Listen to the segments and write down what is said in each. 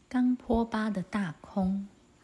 冈波巴的大空。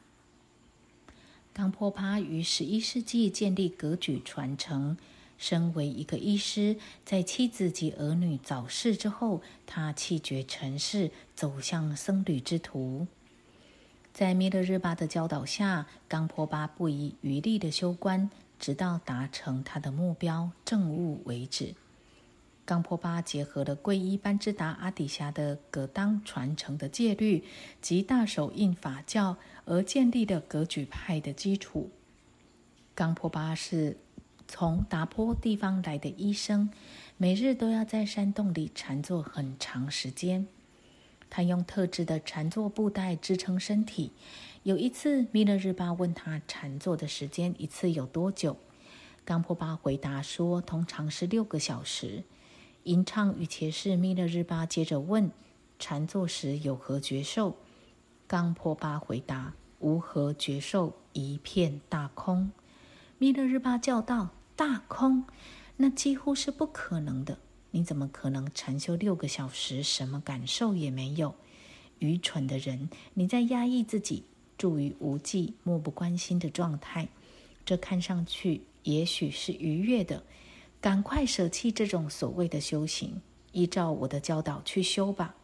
冈波巴于11世纪建立格举传承。身为一个医师，在妻子及儿女早逝之后，他弃绝尘世，走向僧侣之途。在弥勒日巴的教导下，冈波巴不遗余力地修观，直到达成他的目标证悟为止。冈波巴结合了皈依班智达阿底峡的格当传承的戒律及大手印法教，而建立了格举派的基础。冈波巴是从达波地方来的医生，每日都要在山洞里禅坐很长时间。他用特制的禅坐布带支撑身体。有一次，弥勒日巴问他禅坐的时间一次有多久，冈波巴回答说，通常是6个小时。吟唱与伽士弥勒日巴接着问，禅坐时有何觉受？冈波巴回答，无何觉受，一片大空。弥勒日巴叫道，大空？那几乎是不可能的。你怎么可能禅修6个小时，什么感受也没有？愚蠢的人，你在压抑自己，住于无记、漠不关心的状态。这看上去也许是愉悦的，赶快舍弃这种所谓的修行，依照我的教导去修吧。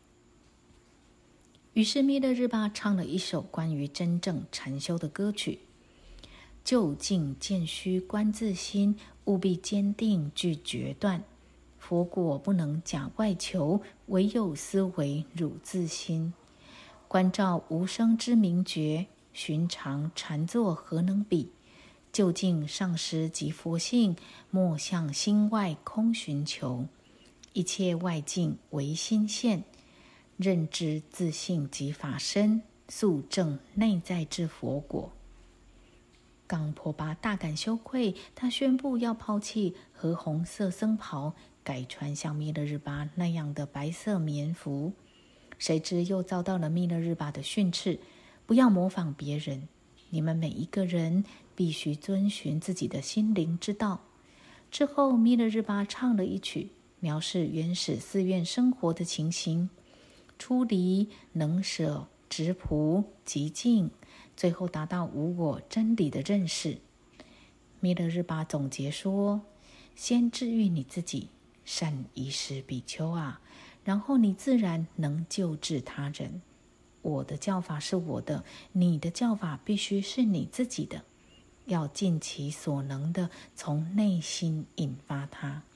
于是弥勒日巴唱了一首关于真正禅修的歌曲。就近见虚观自心，务必坚定具决断。佛果不能假外求，唯有思维汝自心。观照无生之明觉，寻常禅坐何能比？究竟上师即佛性，莫向心外空寻求。一切外境唯心现，认知自性即法身，速证内在之佛果。冈波巴大感羞愧，他宣布要抛弃褐红色僧袍，改穿像弥勒日巴那样的白色棉服。谁知又遭到了弥勒日巴的训斥，不要模仿别人，你们每一个人必须遵循自己的心灵之道。之后弥勒日巴唱了一曲，描示原始寺院生活的情形，出离、能舍、直朴、极静，最后达到无我真理的认识。弥勒日巴总结说，先治愈你自己，善遗失比丘啊，然后你自然能救治他人。我的教法是我的，你的教法必须是你自己的，要尽其所能的从内心引发它。